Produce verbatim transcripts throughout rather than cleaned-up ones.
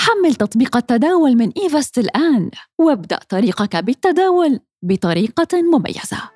حمل تطبيق التداول من إيفاست الآن وابدأ طريقك بالتداول بطريقة مميزة.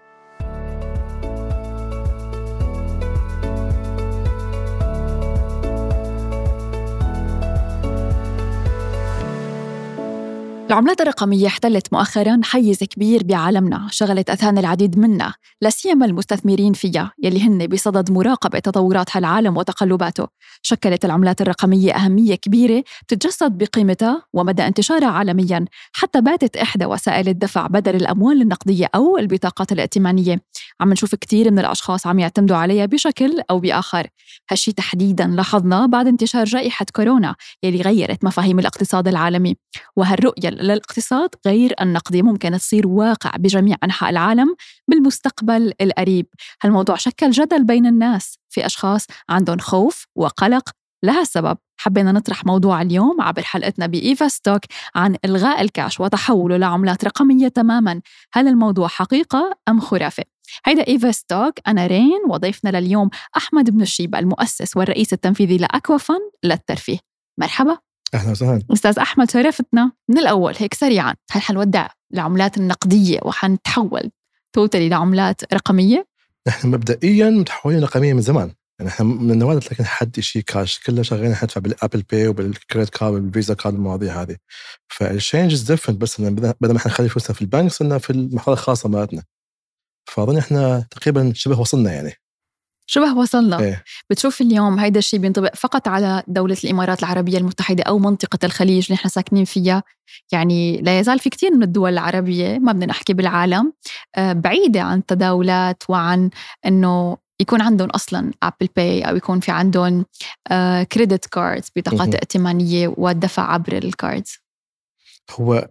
العملات الرقمية احتلت مؤخراً حيز كبير بعالمنا، شغلت أذهان العديد منا، لا سيما المستثمرين فيها يلي هن بصدد مراقبة تطورات هالعالم وتقلباته. شكلت العملات الرقمية أهمية كبيرة بتتجسد بقيمتها ومدى انتشارها عالمياً، حتى باتت إحدى وسائل الدفع بدل الأموال النقدية أو البطاقات الائتمانية. عم نشوف كتير من الأشخاص عم يعتمدوا عليها بشكل أو بآخر. هالشي تحديداً لاحظنا بعد انتشار جائحة كورونا يلي غيرت مفاهيم الاقتصاد العالمي، وهالرؤية للاقتصاد غير النقدي ممكن تصير واقع بجميع أنحاء العالم بالمستقبل القريب. هالموضوع شكل جدل بين الناس، في أشخاص عندهم خوف وقلق. لهالسبب حبينا نطرح موضوع اليوم عبر حلقتنا بإيفاستوك عن إلغاء الكاش وتحوله لعملات رقمية تماماً. هل الموضوع حقيقة أم خرافة؟ هيدا إيفاستوك، أنا رين، وضيفنا لليوم أحمد بن الشيبة المؤسس والرئيس التنفيذي لأكوافن للترفيه. مرحبا. أهلا وسهلا أستاذ أحمد، شرفتنا. من الأول هيك سريعاً، هل حنودع العملات النقدية وحنتحول توتالي لعملات رقمية؟ نحن مبدئياً متحولين رقميا من زمان، يعني نحن من النوادر لكن حد شيء كاش، كله شغالين ندفع بالأبل باي وبالكريدت كارد والفيزا كارد والمواضيع هذه. فالشينج ديفرنت، بس بدل ما احنا نخلي فلوسنا في البنك صرنا في المحفظة الخاصة مالتنا. فأظن احنا تقريباً شبه وصلنا يعني شبه وصلنا. إيه. بتشوف اليوم هيدا الشيء بينطبق فقط على دولة الإمارات العربية المتحدة أو منطقة الخليج اللي نحن ساكنين فيها؟ يعني لا يزال في كتير من الدول العربية، ما بدنا نحكي بالعالم، بعيدة عن التداولات وعن أنه يكون عندهم أصلاً أبل باي أو يكون في عندهم كريدت كاردز، بطاقات ائتمانية والدفع عبر الكاردز. هو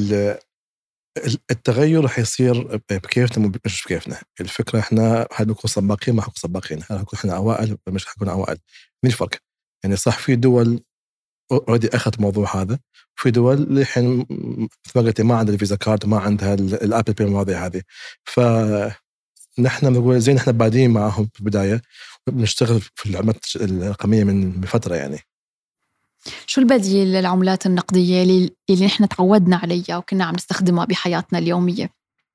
التغير رح يصير بكيفنا مش بكيفنا. الفكرة احنا هل نكون سباقين ما حنكون سباقين، هل نكون احنا أوائل مش حنكون أوائل. من الفرق يعني صح، في دول اوريدي أخذت الموضوع هذا، في دول اللي حين مثل ما عندها الفيزا كارد ما عندها الأبل باي المواضيع هذه. فنحن بنقول زين احنا بادين معهم في البداية، بنشتغل في العملات الرقمية من فترة. يعني شو البديل للعملات النقدية اللي, اللي نحن تعودنا عليها وكنا عم نستخدمها بحياتنا اليومية؟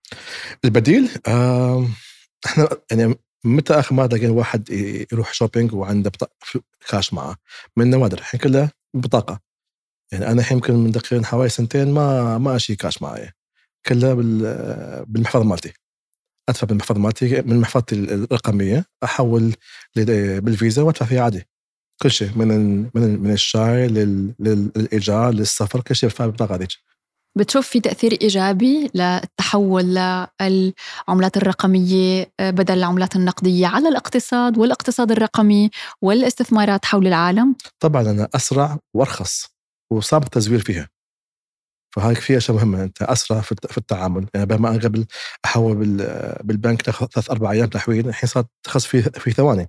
البديل آه، احنا يعني متى آخر مرة لقينا واحد يروح شوبينج وعنده بطاقة كاش معه؟ من النوادر. الحين كلها بطاقة. يعني أنا يمكن من تقريبا حوالي سنتين ما ما أشي كاش معي، كلها بالمحفظة مالتي. أدفع بالمحفظة مالتي، من محفظتي الرقمية أحول بالفيزا وأدفع فيها عادي. كل شيء من من من الشاي للإيجار للسفر، كل شيء بدفع بالبطاقة هذيك. بتشوف في تأثير إيجابي للتحول للعملات الرقمية بدل العملات النقدية على الاقتصاد والاقتصاد الرقمي والاستثمارات حول العالم؟ طبعاً أنا أسرع وأرخص وصعب التزوير فيها، فهاي فيها شيء مهمة. أنت أسرع في التعامل. يعني بما أن قبل أحول بالبنك تاخذ ثلاث أربع أيام تحويل، الحين صارت تخص في في ثواني،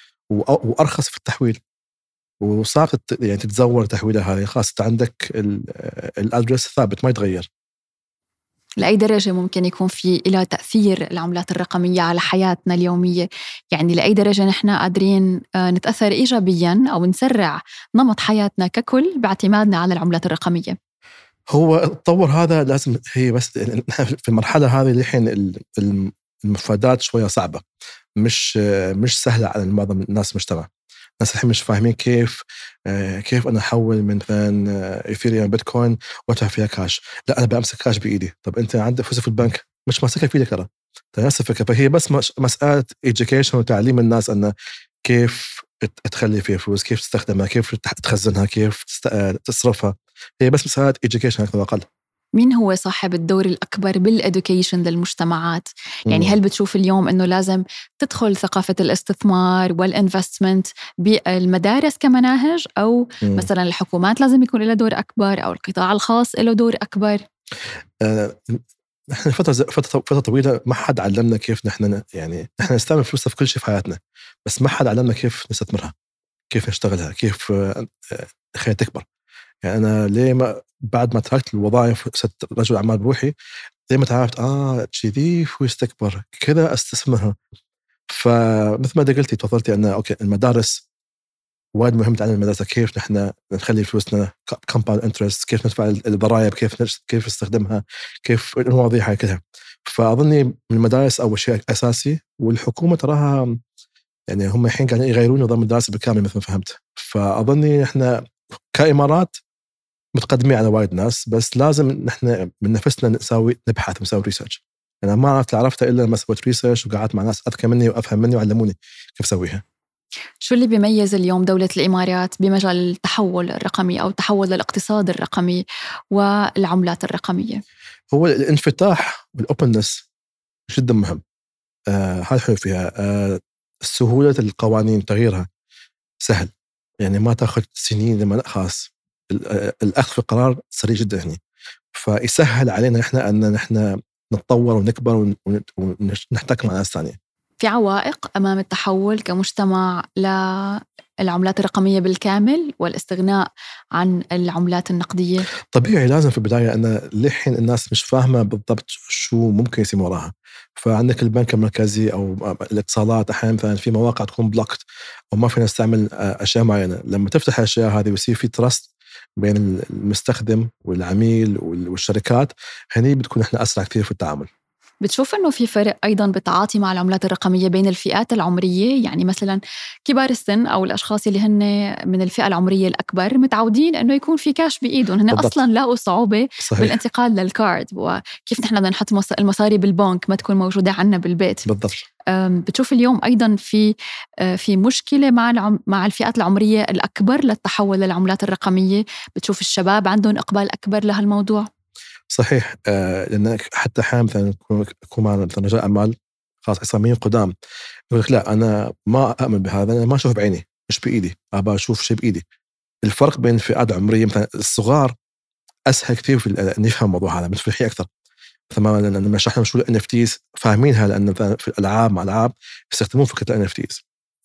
وأرخص في التحويل، وصار يعني تتزور تحويلها هذه. خاصة عندك الأدرس ثابت ما يتغير. لأي درجة ممكن يكون في إلى تأثير العملات الرقمية على حياتنا اليومية؟ يعني لأي درجة نحن قادرين نتأثر إيجابياً أو نسرع نمط حياتنا ككل باعتمادنا على العملات الرقمية؟ هو التطور هذا لازم، هي بس في المرحلة هذه الحين المفردات شوية صعبة، مش مش سهلة على معظم الناس المجتمع. الناس الحين مش فاهمين كيف كيف أنا أحول من مثلا إيثيريوم بيتكوين وأدفع فيها كاش. لا، أنا بأمسك كاش بإيدي. طب أنت عندك فلوس في البنك مش ماسكها في إيدك ترى. نفس الفكرة. فهي بس مسألة education وتعليم الناس أن كيف تخلي فيها فلوس، كيف تستخدمها، كيف تخزنها، كيف تصرفها. هي بس مسألة education أكثر وأقل. مين هو صاحب الدور الأكبر بالإدوكيشن للمجتمعات؟ يعني هل بتشوف اليوم أنه لازم تدخل ثقافة الاستثمار والإنفستمنت بالمدارس كمناهج، أو مم. مثلا الحكومات لازم يكون لها دور أكبر، أو القطاع الخاص له دور أكبر؟ آه، نحن فترة فترة فترة طويلة ما حد علمنا كيف نحن يعني نحن نستعمل فلوسنا في كل شيء في حياتنا، بس ما حد علمنا كيف نستثمرها، كيف نشتغلها، كيف خليها تكبر. يعني أنا ليه ما بعد ما تركت الوظائف وصرت رجل أعمال بروحي، ليه ما تعرفت آه شذي فلوس تكبر كذا استثمرها. فمثل ما قلتي تفضلتي أن أوكي المدارس وايد مهم تعلم المدرسة كيف نحن نخلي فلوسنا compound interest، كيف ندفع الضرائب، كيف كيف نستخدمها، كيف المواضيع هاي كلها. فأظني من المدارس أول شيء أساسي، والحكومة تراها يعني هم الحين قاعدين يغيرون نظام الدراسة بالكامل مثل ما فهمت. فأظني إحنا كإمارات متقدمين على وايد ناس، بس لازم نحن من نفسنا نسوي نبحث ونسوي ريسيرش. أنا ما عرفت عرفتها إلا لما سويت ريسيرش وقعدت مع ناس أذكى مني وأفهم مني وعلموني كيف أسويها. شو اللي بيميز اليوم دولة الإمارات بمجال التحول الرقمي أو التحول للاقتصاد الرقمي والعملات الرقمية؟ هو الانفتاح والأوبنس جدا مهم. آه هاي حلو فيها. آه سهولة القوانين تغييرها سهل، يعني ما تأخذ سنين لما خاص الأخذ في قرار سريع جدا هنا. فيسهل علينا إحنا أن نحن نتطور ونكبر ونحتك مع ناس ثانية. في عوائق أمام التحول كمجتمع للعملات الرقمية بالكامل والاستغناء عن العملات النقدية؟ طبيعي لازم في البداية أن لحين الناس مش فاهمة بالضبط شو ممكن يصير وراها. فعندك البنك المركزي أو الاتصالات أحيانا في مواقع تكون بلوكت أو ما فينا نستعمل أشياء معينة. لما تفتح الأشياء هذه ويصير في تراست بين المستخدم والعميل والشركات، هني بتكون إحنا أسرع كثير في التعامل. بتشوف أنه في فرق أيضاً بالتعاطي مع العملات الرقمية بين الفئات العمرية؟ يعني مثلاً كبار السن أو الأشخاص اللي هن من الفئة العمرية الأكبر متعودين أنه يكون في كاش بإيدهم، هن بالضبط. أصلاً لاقوا صعوبة صحيح. بالانتقال للكارد، وكيف نحن بدنا نحط المصاري بالبنك ما تكون موجودة عنا بالبيت. بالضبط. بتشوف اليوم أيضاً في في مشكلة مع العم مع الفئات العمرية الأكبر للتحول للعملات الرقمية؟ بتشوف الشباب عندهم إقبال أكبر لهالموضوع؟ صحيح. آه لأن حتى حام مثلا يكون معنا مثلا رجال أعمال خاص عصاميين قدام يقول لك لا أنا ما أؤمن بهذا، أنا ما أشوف بعيني مش بإيدي، أبغى أشوف شيء بإيدي. الفرق بين الفئات العمرية مثلا الصغار أسهل كثير في أن يفهم الموضوع هذا متفتحين أكثر. مثلا لما شرحنا شو ال إن إف تيز فاهمينها، لأن في الألعاب مع الألعاب يستخدمون فكرة ال إن إف تيز.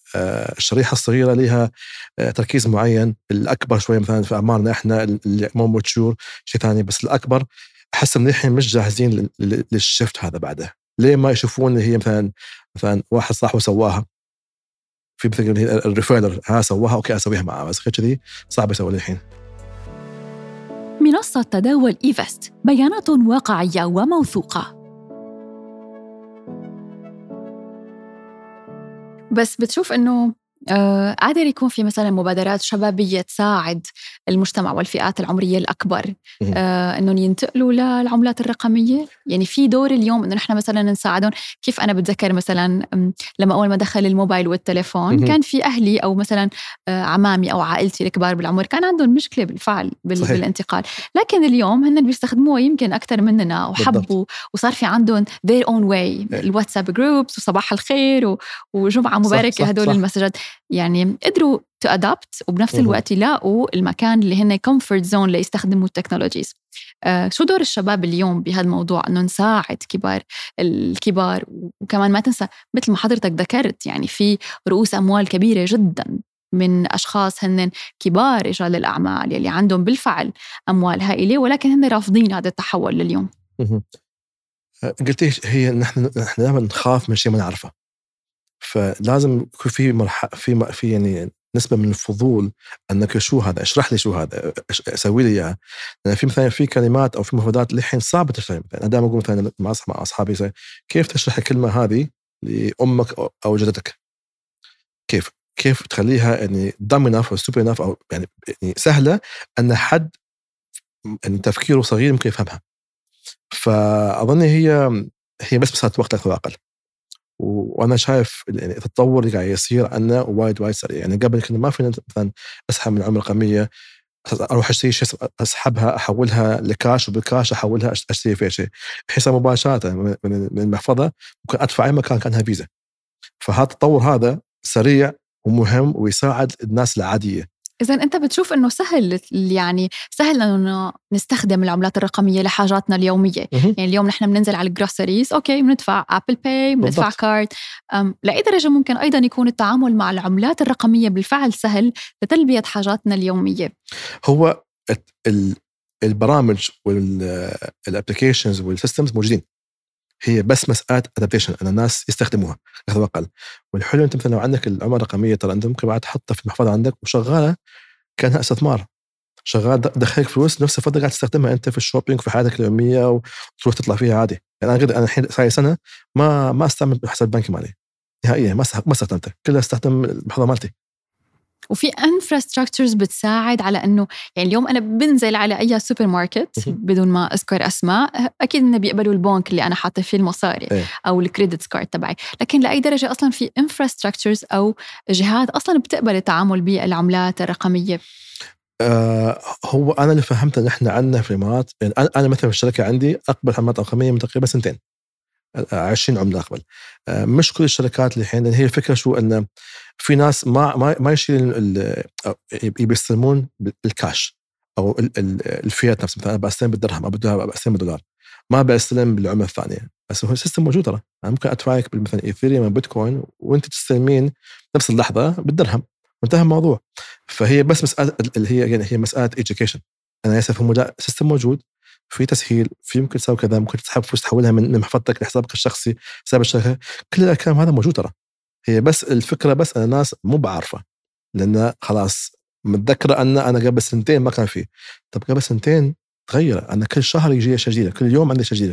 آه الشريحة الصغيرة لها آه تركيز معين. الأكبر شوية مثلا في أعمارنا إحنا اللي مو ماتشور شيء ثاني، بس الأكبر أحس إن إحنا مش جاهزين للشفت هذا بعده. ليه ما يشوفون اللي هي مثلا مثلا واحد صاحبه سواها في مثل الريفيلر ها سواها أوكي أسويها معه، بس غير كذي صعب يسوي الحين. منصة تداول إيفست، بيانات واقعية وموثوقة. بس بتشوف إنه آه قادر يكون في مثلا مبادرات شبابية تساعد المجتمع والفئات العمرية الأكبر آه إنهم ينتقلوا للعملات الرقمية؟ يعني في دور اليوم إنه نحن مثلا نساعدهم. كيف أنا بتذكر مثلا لما أول ما دخل الموبايل والتليفون كان في أهلي أو مثلا آه عمامي أو عائلتي الكبار بالعمر كان عندهم مشكلة بالفعل بال صحيح. بالانتقال، لكن اليوم هن بيستخدموه يمكن أكثر مننا وحبوا بالضبط. وصار في عندهم their own way، الواتساب جروبس وصباح الخير وجمعة مباركة، هدول المسجات يعني قدروا to adapt وبنفس الوقت يلاقوا المكان اللي هن comfort zone ليستخدموا التكنولوجيز. آه شو دور الشباب اليوم بهذا الموضوع إنه نساعد كبار الكبار؟ وكمان ما تنسى مثل ما حضرتك ذكرت يعني في رؤوس أموال كبيرة جدا من أشخاص هن كبار رجال الأعمال يلي عندهم بالفعل أموال هائلة ولكن هن رافضين هذا التحول لليوم. قلتيش هي نحن نحن دائما نخاف من شيء ما نعرفه، فلازم يكون في مرحله في في يعني نسبه من الفضول انك شو هذا، اشرح لي شو هذا، اسوي لي اياه. يعني في مثلا في كلمات او في مفردات لحين صعبه تفهم. انا دائما اقول مثلا مع اصحابي كيف تشرح الكلمه هذه لامك او جدتك، كيف كيف تخليها يعني dumb enough او stupid enough او يعني يعني سهله ان حد يعني تفكيره صغير ممكن يفهمها. فاظن هي هي بس مساله وقت اكثر واقل. وانا شايف يعني التطور اللي قاعد يصير عنا وايد وايد سريع. يعني قبل كنا ما فينا مثلا اسحب من العمله الرقميه اروح اشتري شيء اسحبها احولها لكاش وبالكاش احولها اشتري فيها شيء، الحين مباشره من المحفظه ممكن ادفع اي مكان كانها فيزا. فهذا التطور هذا سريع ومهم ويساعد الناس العاديه. إذا أنت بتشوف إنه سهل يعني سهل إنه نستخدم العملات الرقمية لحاجاتنا اليومية. م- يعني اليوم نحن بننزل على الجروسريز أوكي بندفع أبل باي بندفع بالضبط. كارد. لأي درجة ممكن أيضا يكون التعامل مع العملات الرقمية بالفعل سهل لتلبية حاجاتنا اليومية؟ هو البرامج والابليكيشنز والسيستمز موجودين، هي بس مساله ادابتيشن ان الناس يستخدموها اكثر واقل. والحلو انت مثلا لو عندك العمله الرقميه ترى انت ممكن بعد تحطها في المحفظه عندك وشغاله كانها استثمار، شغال دخلك فلوس نفس الفتره قاعد تستخدمها انت في الشوبينج في حياتك اليوميه وتروح تطلع فيها عادي. يعني انا قد انا الحين صار سنه ما ما استعمل حساب البنكي مالي نهائيا، ما ما استخدمته، كلها استخدم المحفظه مالتي. وفي انفراستراكشرز بتساعد على انه يعني اليوم انا بنزل على اي سوبر ماركت بدون ما اذكر اسماء، اكيد انه بيقبلوا البنك اللي انا حاطه فيه المصاري ايه. او الكريدت كارد تبعي، لكن لاي درجه اصلا في انفراستراكشرز او جهات اصلا بتقبل التعامل بالعملات الرقميه؟ آه هو انا اللي فهمت ان احنا عندنا في الامارات، يعني انا انا مثلا في الشركه عندي اقبل عملات رقميه من تقريبا سنتين، عشرين عمله اقبل. آه مش كل الشركات اللي الحين، هي الفكره شو ان في ناس ما ما ما يشيل بيستلمون بالكاش او الفيات نفسه، مثلا بستلم بالدرهم او بستلم بالدولار، ما بستلم بالعمله الثانيه. بس هو السيستم موجود ترى، انا ممكن ادفعك مثلا ايثيريوم او بيتكوين وانت تستلمين نفس اللحظه بالدرهم وانتهى الموضوع. فهي بس مساله اللي هي يعني هي مساله education. انا اسف هم لا، سيستم موجود في تسهيل، في ممكن تسوي كذا، ممكن تسحب فلوس تحولها من محفظتك لحسابك الشخصي حساب الشركه، كل الكلام هذا موجود ترى. هي بس الفكره بس أن الناس مو بعارفه، لان خلاص متذكره ان انا قبل سنتين ما كان فيه. طب قبل سنتين تغير، انا كل شهر يجي شجيره، كل يوم عندي شجيره.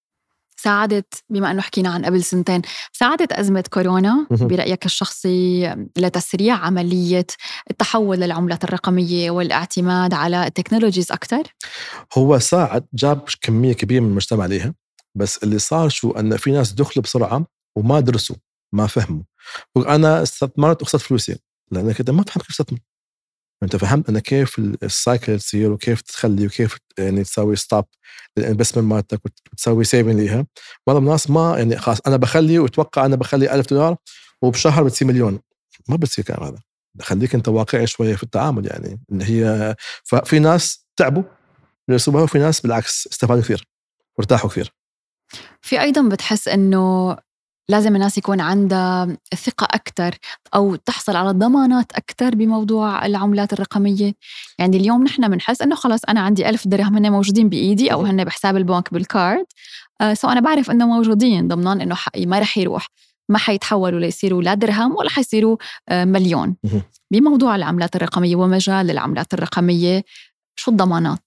ساعدت، بما أنه حكينا عن قبل سنتين، ساعدت أزمة كورونا برأيك الشخصي لتسريع عملية التحول للعملات الرقمية والاعتماد على التكنولوجيز أكتر؟ هو ساعد، جاب كمية كبيرة من المجتمع عليها، بس اللي صار شو أن في ناس دخلوا بسرعة وما درسوا ما فهموا. وأنا استثمرت وخسرت فلوسي لأن كده ما فهمت كيف استثمر. أنت فهمت أنا كيف السايكل تصير وكيف تخلي وكيف يعني تسوي ستوب للإنفستمنت مالتك وتسوي سيفين ليها. بعض الناس ما يعني خلاص أنا بخلي وتوقع أنا بخلي ألف دولار وبشهر بتصير مليون، ما بتصير كلام هذا. خليك أنت واقعي شوية في التعامل، يعني إن هي ففي ناس تعبوا بالأسلوب، وفي ناس بالعكس استفادوا كثير وارتاحوا كثير. في أيضا بتحس أنه لازم الناس يكون عندها ثقة أكتر أو تحصل على ضمانات أكتر بموضوع العملات الرقمية. يعني اليوم نحن بنحس أنه خلاص أنا عندي ألف درهم هن موجودين بإيدي أو هن بحساب البنك بالكارد، آه سو أنا بعرف أنه موجودين ضمنان أنه حقي ما رح يروح، ما حيتحولوا ليصيروا لا درهم ولا حيصيروا آه مليون. بموضوع العملات الرقمية ومجال العملات الرقمية شو الضمانات؟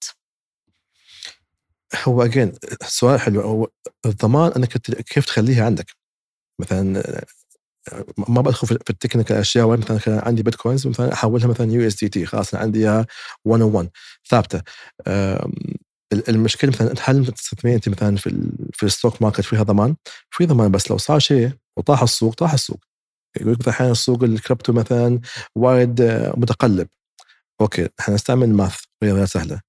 هو أجين سؤال حلو. هو الضمان أنك كيف تخليها عندك. مثلا ما بدخل في التكنيكال أشياء، مثلا كان عندي بيتكوينز مثلا أحولها مثلا يو إس دي تي، خلاص أنا عندي مية وواحد ثابتة. المشكلة مثلا هل تستثمرين أنت مثلا في في الستوك ماركت فيها ضمان؟ في ضمان، بس لو صار شيء وطاح السوق طاح السوق. يقول لك مثلا السوق الكريبتو مثلا وايد متقلب، أوكي إحنا نستعمل ماث رياضيات سهلة.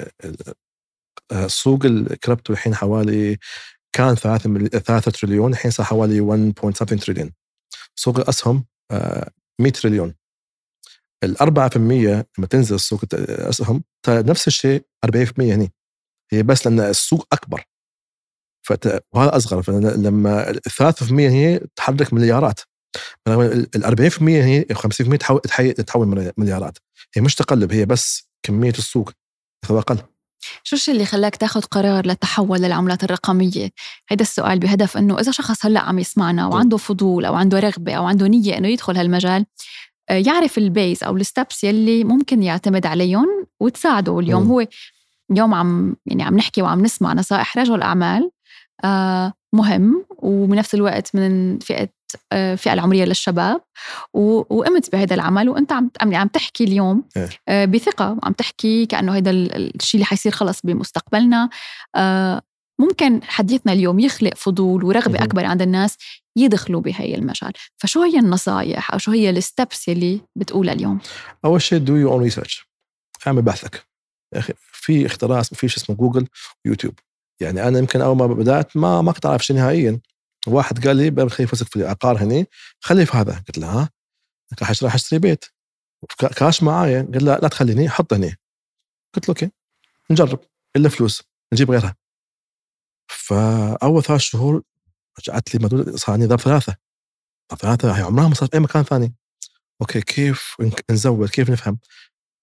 سوق الكريبتو الحين حوالي كان ثلاثة تريليون، الحين صار حوالي واحد فاصلة سبعة تريليون. سوق الأسهم مية تريليون. الأربعة في المية لما تنزل سوق الأسهم نفس الشيء أربعين في المية هني، هي بس لأن السوق أكبر فت... وهذا أصغر. فلما الثلاثة في المية هي تحرك مليارات، الأربعين في المية هي خمسين في المية تحول تحول مليارات. هي مش تقلب، هي بس كمية السوق أقل. شو اللي خلاك تاخذ قرار للتحول للعملات الرقمية؟ هيدا السؤال بهدف إنه إذا شخص هلأ عم يسمعنا وعنده فضول أو عنده رغبة أو عنده نية إنه يدخل هالمجال، يعرف البيز أو الستبس يلي ممكن يعتمد عليهم وتساعده. اليوم م. هو اليوم عم يعني عم نحكي وعم نسمع نصائح رجل أعمال آه مهم، وبنفس الوقت من فئة فئة العمرية للشباب، وقمت بهذا العمل وانت عم عم تحكي اليوم بثقة، عم تحكي كأنه هذا الشيء اللي حيصير خلص بمستقبلنا. ممكن حديثنا اليوم يخلق فضول ورغبة أكبر عند الناس يدخلوا بهاي المجال. فشو هي النصائح أو شو هي الستبس اللي بتقولها اليوم؟ أول شيء do your own research، اعمل بحثك. يا أخي في اختراع في شيء اسمه جوجل ويوتيوب. يعني أنا يمكن أول ما بدأت ما ما كنت أعرف شيء نهائيا. واحد قال لي بخلي فلوسك في العقار هني، خليه في هذا. قلت له ها راح اشتري اشتري بيت كاش معايا. قال لا لا تخليني، حط هني. قلت له اوكي نجرب، الا فلوس نجيب غيرها. فاول ثلاث شهور رجعت لي مدود، صار عندي ضرب ثلاثه ضرب ثلاثه هي عمرها ما صارت اي مكان ثاني. اوكي كيف نزود، كيف نفهم؟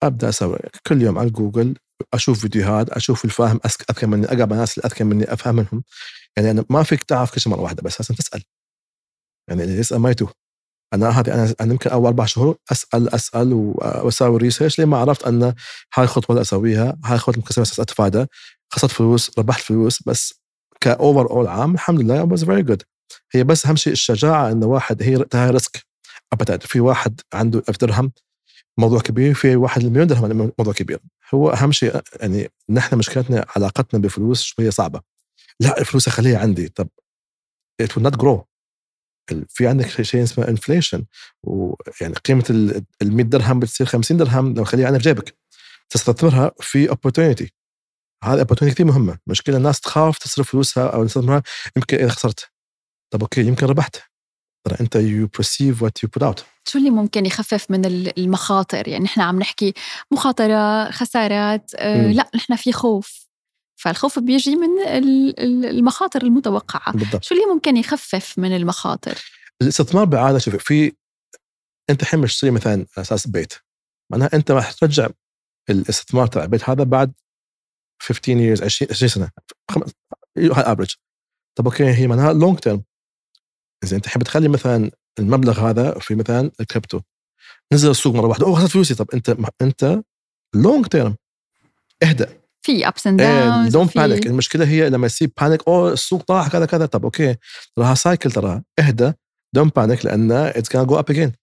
ابدا اسوي كل يوم على جوجل، اشوف فيديوهات، اشوف الفاهم اذكى مني، اقرب ناس اللي اذكى مني افهم منهم. يعني انا ما فيك تعرف كل شيء مره واحده، بس لازم تسال. يعني اللي يسال ما يتوه. انا هذه انا انا يمكن اول اربع شهور اسال اسال واسوي ريسيرش لين ما عرفت ان هاي الخطوه اللي اسويها، هاي الخطوه ممكن استفادها، خسرت فلوس ربحت فلوس، بس كاوفر اول عام الحمد لله was very good. هي بس اهم شيء الشجاعه، انه واحد هي هاي ريسك ابدا. في واحد عنده ألف درهم موضوع كبير، في واحد المليون درهم موضوع كبير. هو اهم شيء يعني نحن مشكلتنا علاقتنا بفلوس شويه صعبه. لا الفلوس اخليها عندي، طب it will not grow. في عندك شيء اسمه انفليشن، ويعني قيمه ال مية درهم بتصير خمسين درهم لو خليها عندك في جيبك تستثمرها في opportunity. هذه opportunity كثير مهمه. مشكله الناس تخاف تصرف فلوسها او تستثمرها، يمكن اذا خسرت طب اوكي يمكن ربحت. ترى انت you perceive what you put out. شو اللي ممكن يخفف من المخاطر؟ يعني نحن عم نحكي مخاطره خسارات، آه لا نحن في خوف، فالخوف بيجي من المخاطر المتوقعة. بالضبط. شو اللي ممكن يخفف من المخاطر؟ الاستثمار بعادة شوف، في أنت حين مشتري مثلا أساس بيت، معناها أنت راح ترجع الاستثمار تاع البيت هذا بعد خمستاشر years عشرين سنة هاي افريج. طب أوكي هي معناها لونج تيرم. إذا أنت حابب تخلي مثلا المبلغ هذا في مثلا الكريبتو، نزل السوق مرة واحدة أوه خسرت فلوسي، طب أنت أنت لونج تيرم اهدأ. في ups and downs. دون بانيك. المشكلة هي لما يصير بانيك أو السوق طاح كذا كذا، طب أوكي تراها سايكل، ترى اهدأ دون بانيك لأن it's gonna go up again.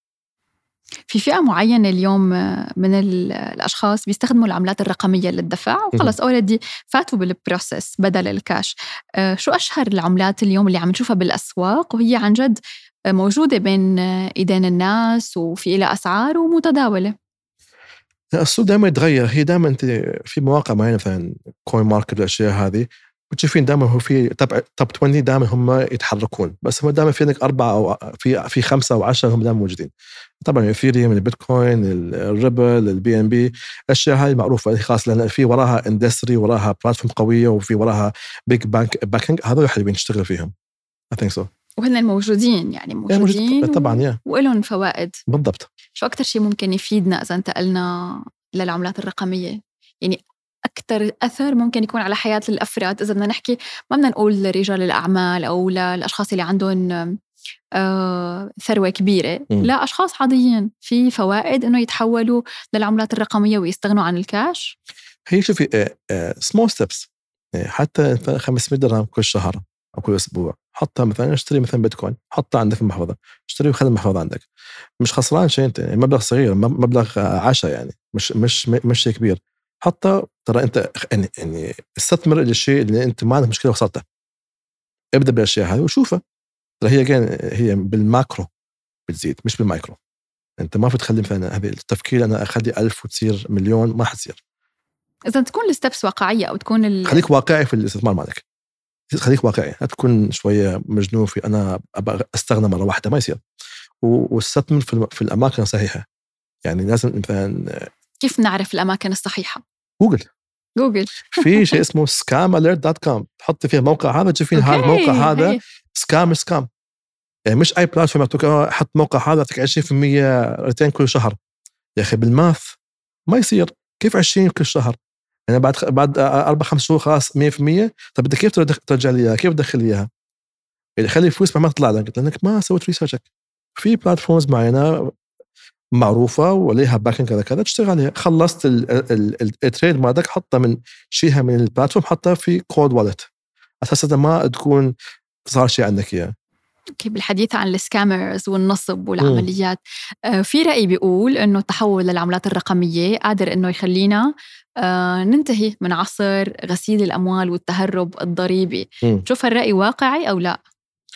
في فئة معينة اليوم من الأشخاص بيستخدموا العملات الرقمية للدفع وخلص أوردي فاتوا بالبروسيس بدل الكاش. شو أشهر العملات اليوم اللي عم نشوفها بالأسواق وهي عن جد موجودة بين إيدين الناس وفي إلى أسعار ومتداولة؟ السوق دائما يتغير. هي دائما انت في مواقع معينه مثلا كوين ماركت والاشياء هذه بتشوفين دائما هو في تبع توب عشرين دائما هم يتحركون، بس هو دائما في عندك اربعه او في في خمسه او عشرة هم دائما موجودين. طبعا اثيريوم، البيتكوين، الريبل، البي ان بي، الاشياء هاي معروفه خاصه لان في وراها اندستري، وراها بلاتفورم قويه، وفي وراها بيج بانك باكينج. هذول حابين نشتغل فيهم. I think so. وهن الموجودين يعني موجودين طبعا يا وإلهم فوائد. بالضبط. شو أكتر شيء ممكن يفيدنا إذا انتقلنا للعملات الرقمية؟ يعني أكتر أثر ممكن يكون على حياة الأفراد، إذا بدنا نحكي ما بدنا نقول لرجال الأعمال أو للأشخاص اللي عندهم آه ثروة كبيرة، م. لا أشخاص عاديين في فوائد إنه يتحولوا للعملات الرقمية ويستغنوا عن الكاش. هي شوفي سمول ستيبس، حتى خمسمية درهم كل شهر أو كل أسبوع حطها مثلا، اشتري مثلا بيتكوين حطها عندك في المحفظة، اشتري وخلي المحفظة عندك، مش خسران شيء انت. مبلغ صغير، مبلغ عشا يعني، مش مش مش شيء كبير. حتى ترى انت يعني يعني استثمر الشيء اللي انت ما عندك مشكله وصلته. ابدا بالاشياء هذه وشوفها. ترى هي هي بالماكرو بتزيد مش بالمايكرو. انت ما في تخلي مثلا هذه التفكير انا اخلي ألف وتصير مليون، ما حتصير. اذا تكون الستبس واقعيه او تكون ال... خليك واقعي في الاستثمار مالك. خليك واقعي، لا تكون شويه مجنون في انا ابغى استغنى مره واحده، ما يصير. واستثمر في في الاماكن الصحيحه. يعني لازم مثلا كيف نعرف الاماكن الصحيحه؟ جوجل. جوجل في شيء اسمه سكام أليرت دوت كوم، تحط فيه موقع هذا تشوفين هذا الموقع هذا سكام سكام. يعني مش اي بلاتفورم تقول حط موقع هذا تك عشرين بالمية ريتين كل شهر. يا اخي بالماث ما يصير. كيف عشرين كل شهر؟ يعني بعد بعد أربع خمس شهور خلاص مية بالمية. طب بدك كيف ترجع لي اياها؟ كيف تدخل لي اياها؟ يعني خلي الفلوس ما تطلع لك لانك ما سويت ريسيرشك. في بلاتفورمز معينه معروفة وليها باكينج كذا كذا تشتغل عليها. خلصت التريد مالك حطها من شيها من البلاتفورم، حطها في كود والت أساسا ما تكون صار شيء عندك إياه. اوكي. بالحديث عن السكامرز والنصب والعمليات، آه في رأي بيقول إنه التحول للعملات الرقمية قادر إنه يخلينا آه ننتهي من عصر غسيل الأموال والتهرب الضريبي. شوف الرأي واقعي أو لا؟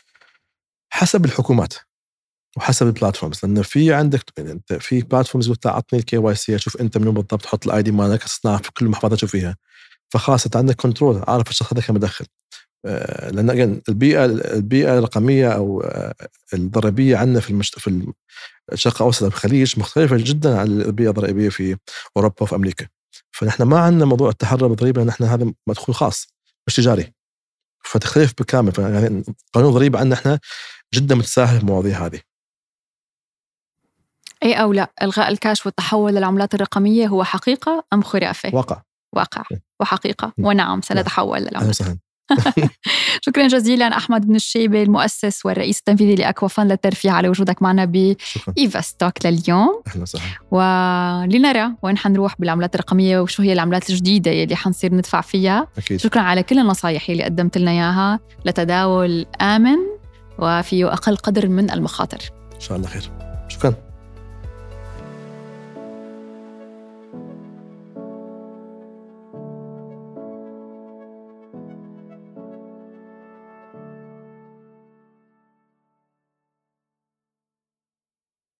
حسب الحكومات وحسب البلاتفورمز. لأن في عندك أنت في بلاتفورمز وتعطني الكي واي سي، شوف أنت منو بالضبط، حط الآي دي مالك صناعة في كل محفظة تشوف فيها، فخاصة عندك كنترول، عارف الشخص هذا كم مدخل. لأن البيئة البيئة الرقمية أو الضريبية عندنا في المشت... في الشرق الأوسط والخليج مختلفة جدا عن البيئة الضريبية في أوروبا وفي أمريكا. فنحن ما عندنا موضوع التهرب الضريبي، لأن نحن هذا مدخول خاص مش تجاري، فتختلف بالكامل. يعني قانون الضريبة عندنا نحن جدا متساهل في المواضيع هذه. أي أو لا، إلغاء الكاش والتحول للعملات الرقمية هو حقيقة أم خرافة؟ واقع واقع وحقيقة، ونعم سنتحول للعملات. شكرا جزيلا أحمد بن الشيبة، المؤسس والرئيس التنفيذي لأكوافان، للترفيه على وجودك معنا بإيفا ستوك لليوم. أهلا وسهلا. ولنرى وين حنروح بالعملات الرقمية وشو هي العملات الجديدة اللي حنصير ندفع فيها. أكيد. شكرا على كل النصايح اللي قدمت لنا إياها لتداول آمن وفيه أقل قدر من المخاطر. إن شاء الله خير.